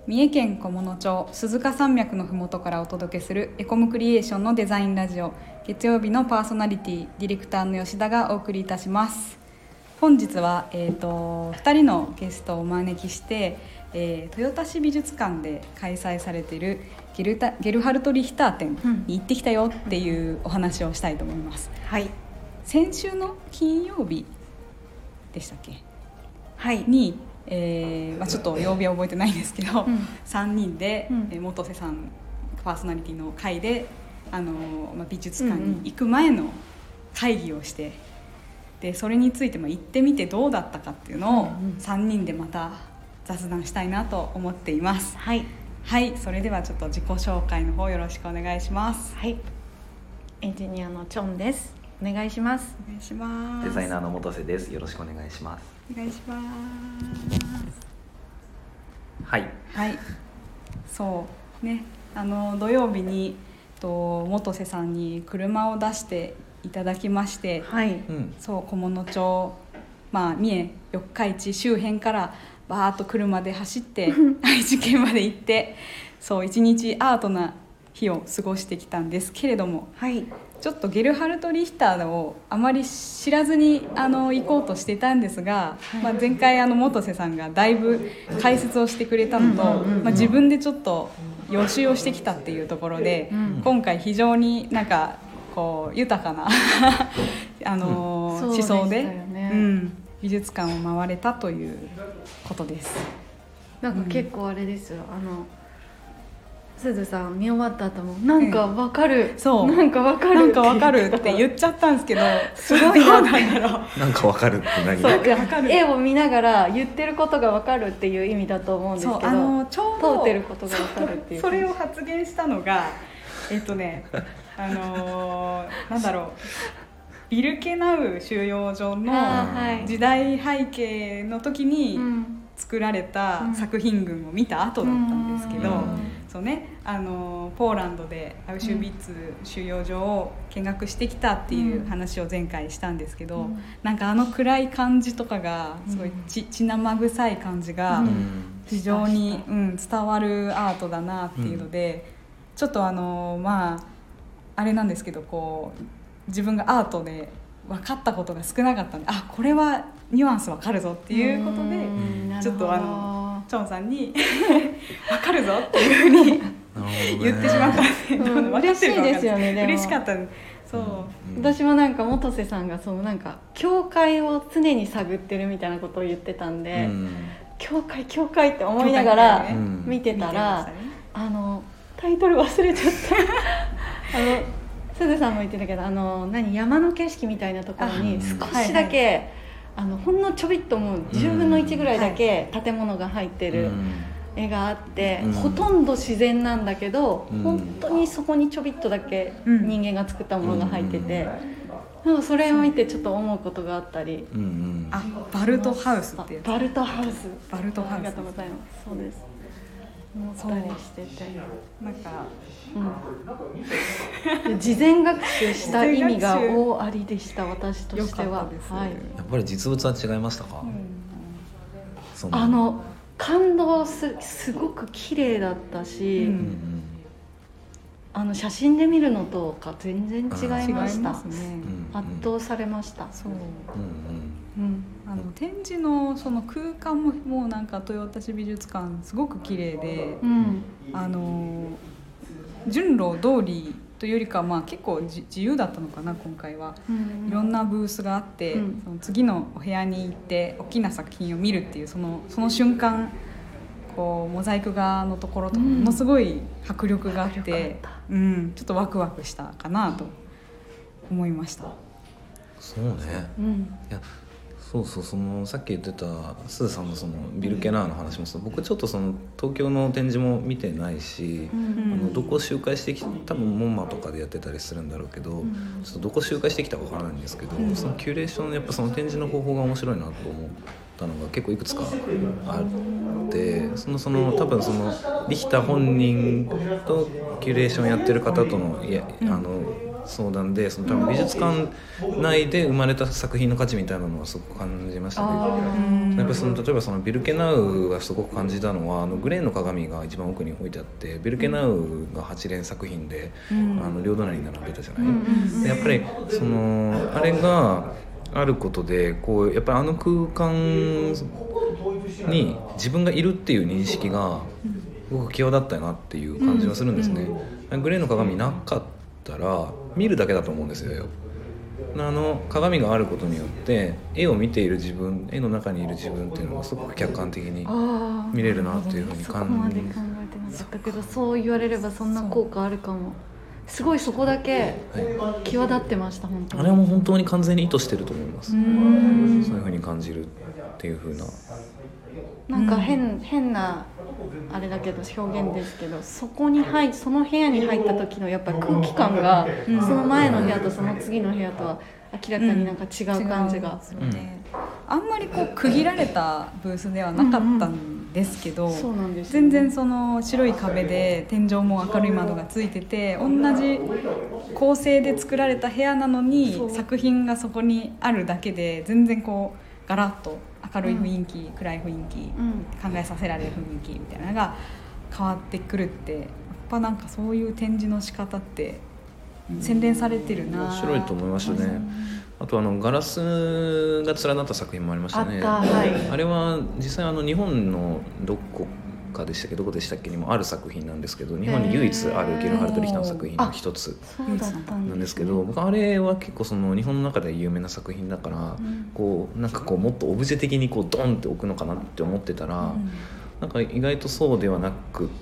三重県菰野町鈴鹿山脈のふもとからお届けするエコムクリエーションのデザインラジオ、月曜日のパーソナリティディレクターの吉田がお送りいたします。本日は、2人のゲストをお招きして、豊田市美術館で開催されているゲルハルト・リヒター展に行ってきたよっていうお話をしたいと思います。 はい、 先週の金曜日でしたっけ、 はい、 にちょっと曜日は覚えてないんですけど、3人で、元瀬さんパーソナリティの会で、美術館に行く前の会議をして、でそれについて行ってみてどうだったかっていうのを3人でまた雑談したいなと思っています。 はい、 はい、それではちょっと自己紹介の方よろしくお願いします。 はい、エンジニアのチョンです。お願いします。 お願いします。 デザイナーの元瀬です。よろしくお願いします。 お願いします。 はい、 はい、そうね、土曜日に元瀬さんに車を出していただきまして、 はい、 そう菰野町、三重四日市周辺からバーッと車で走って愛知県まで行って、そう一日アートな日を過ごしてきたんですけれども、 はい、 ちょっとゲルハルト・リヒターをあまり知らずに行こうとしてたんですが、前回元瀬さんがだいぶ解説をしてくれたのと、自分でちょっと予習をしてきたっていうところで、今回非常になんかこう豊かな思想で、美術館を回れたということです。 なんか結構あれですよ、すずさん見終わった後もなんかわかる、 そうなんかわかるって言っちゃったんですけど、すごいなんだろうなんかわかるって何？ そう絵を見ながら言ってることがわかるっていう意味だと思うんですけど、 ちょうど通ってることがわかるっていうそれを発言したのがなんだろう、ビルケナウ収容所の時代背景の時に作られた作品群を見た後だったんですけど、そうね、ポーランドでアウシュビッツ収容所を見学してきたっていう話を前回したんですけど、なんか暗い感じとかがすごい血生臭い感じが非常に、伝わるアートだなっていうので、ちょっとあれなんですけど、こう自分がアートで分かったことが少なかったんで、これはニュアンス分かるぞっていうことで、ちょっとチョンさんに分かるぞっていうふうに言ってしまったんで、 嬉しいですよね。でも嬉しかったんで、そう、 私もなんか元瀬さんがなんか境界を常に探ってるみたいなことを言ってたんで、境界って思いながら見てたら、タイトル忘れちゃったすずさんも言ってたけど、山の景色みたいなところに少しだけ、ほんのちょびっともう10分の1ぐらいだけ建物が入ってる絵があって、ほとんど自然なんだけど、本当にそこにちょびっとだけ人間が作ったものが入ってて、なんかそれを見てちょっと思うことがあったり、 バルトハウスっていう、 バルトハウス、 ありがとうございます。そうです、思ったりしてて、 なんか、 事前学習した意味が大ありでした、私としては。 やっぱり実物は違いましたか？ 感動すごく綺麗だったし、写真で見るのとか全然違いました。圧倒されました。そう、 展示のその空間もなんか豊田市美術館すごく綺麗で、順路通りというよりか結構自由だったのかな、今回は。いろんなブースがあって、その次のお部屋に行って大きな作品を見るっていうその瞬間、こうモザイク画のところとかものすごい迫力があって、ちょっとワクワクしたかなと思いました。 そうね、いやそうさっき言ってたすずさんのビルケナーの話も僕ちょっと東京の展示も見てないし、どこを周回してきた、多分モンマとかでやってたりするんだろうけど、ちょっとどこ周回してきたかわからないんですけど、そのキュレーション、やっぱその展示の方法が面白いなと思ったのが結構いくつかあって、多分リヒター本人とキュレーションやってる方との相談で、その多分美術館内で生まれた作品の価値みたいなのはすごく感じましたね。やっぱり例えばそのビルケナウがすごく感じたのは、グレーの鏡が一番奥に置いてあって、ビルケナウが8連作品で、両隣に並んでたじゃない、でやっぱりそのあれがあることでこうやっぱりあの空間に自分がいるっていう認識がすごく際立ったなっていう感じはするんですね。グレーの鏡なかったら見るだけだと思うんですよ。鏡があることによって絵を見ている自分、絵の中にいる自分っていうのがすごく客観的に見れるなっていうふうにそこまで考えてなかったけど、そう言われればそんな効果あるかも。すごいそこだけ際立ってました、本当に。 あれはもう本当に完全に意図してると思います。そういうふうに感じるっていうふうな、 なんか変なあれだけど表現ですけど、その部屋に入った時のやっぱり空気感が、その前の部屋とその次の部屋とは明らかになんか違う感じが、 あんまりこう区切られたブースではなかったんですけど、 そうなんですね、 全然その白い壁で天井も明るい窓がついてて、同じ構成で作られた部屋なのに作品がそこにあるだけで全然こうガラッと明るい雰囲気、暗い雰囲気、考えさせられる雰囲気みたいなのが変わってくるって、やっぱなんかそういう展示の仕方って洗練されてるな。 面白いと思いましたね。あとガラスが連なった作品もありましたね。あれは実際日本のどこでしたっけにもある作品なんですけど、日本に唯一あるゲルハルト・リヒターの作品の一つなんですけど、僕あれは結構その日本の中で有名な作品だから、こうなんかこうもっとオブジェ的にこうドンって置くのかなって思ってたら、なんか意外とそうではなくって、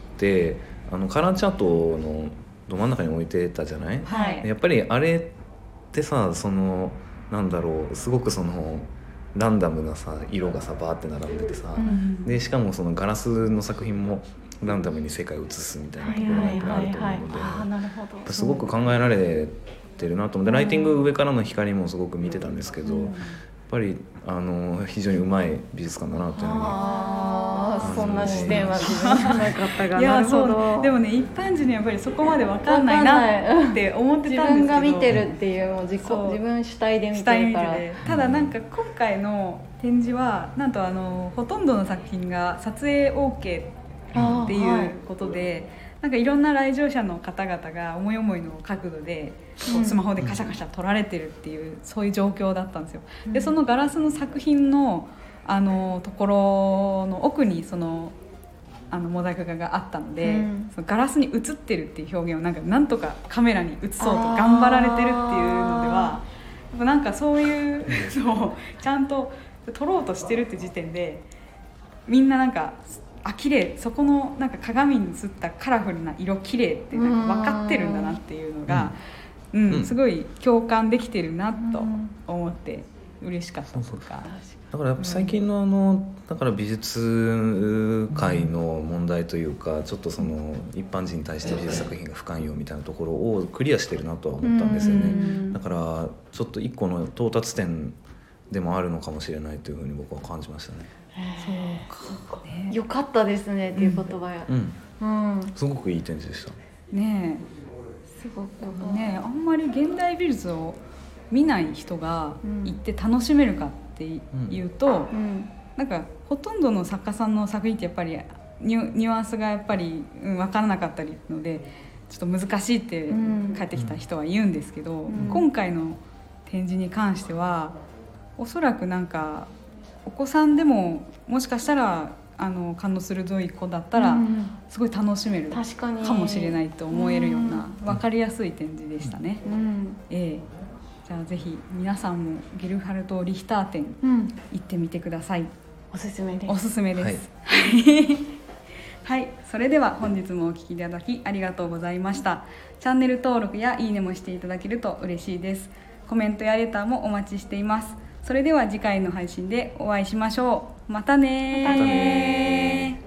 カラーチャートのど真ん中に置いてたじゃない、やっぱりあれってさ、そのなんだろう、すごくそのランダムなさ色がさバーって並んでてさ、でしかもそのガラスの作品もランダムに世界を映すみたいなところがあると思うので、すごく考えられてるなと思って、ライティング上からの光もすごく見てたんですけど、やっぱり非常にうまい美術館だなというふうに。 そんな視点は自分じゃなかったが、なるほど。 でもね、一般人にやっぱりそこまで分かんないなって思ってたんですけど、 自分が見てるっていう、もう自分主体で見てるから。 ただなんか今回の展示はなんとほとんどの作品が撮影 OK っていうことで、なんかいろんな来場者の方々が思い思いの角度でこうスマホでカシャカシャ撮られてるっていう、そういう状況だったんですよ。でそのガラスの作品のところの奥にそのモザイク画があったので、そのガラスに映ってるっていう表現をなんとかカメラに映そうと頑張られてるっていうのでは、やっぱなんかそういうのをちゃんと撮ろうとしてるって時点で、みんななんか綺麗、そこのなんか鏡に映ったカラフルな色綺麗ってなんか分かってるんだなっていうのが、すごい共感できてるなと思って嬉しかったとか。 だから最近のだから美術界の問題というか、ちょっとその一般人に対して美術作品が不寛容みたいなところをクリアしてるなとは思ったんですよね。だからちょっと一個の到達点でもあるのかもしれないというふうに僕は感じましたね。 そうか、よかったですねっていう言葉や、 すごくいい展示でしたね。すごくね、あんまり現代美術を見ない人が行って楽しめるかっていうと、なんかほとんどの作家さんの作品ってやっぱりニュアンスがやっぱり分からなかったりので、ちょっと難しいって帰ってきた人は言うんですけど、今回の展示に関してはおそらくなんかお子さんでももしかしたら感の鋭い子だったらすごい楽しめるかもしれないと思えるような分かりやすい展示でしたね。じゃあぜひ皆さんもゲルハルト・リヒター展行ってみてください。 おすすめです。 おすすめです。はい、それでは本日もお聞きいただきありがとうございました。チャンネル登録やいいねもしていただけると嬉しいです。コメントやレターもお待ちしています。それでは次回の配信でお会いしましょう。またね。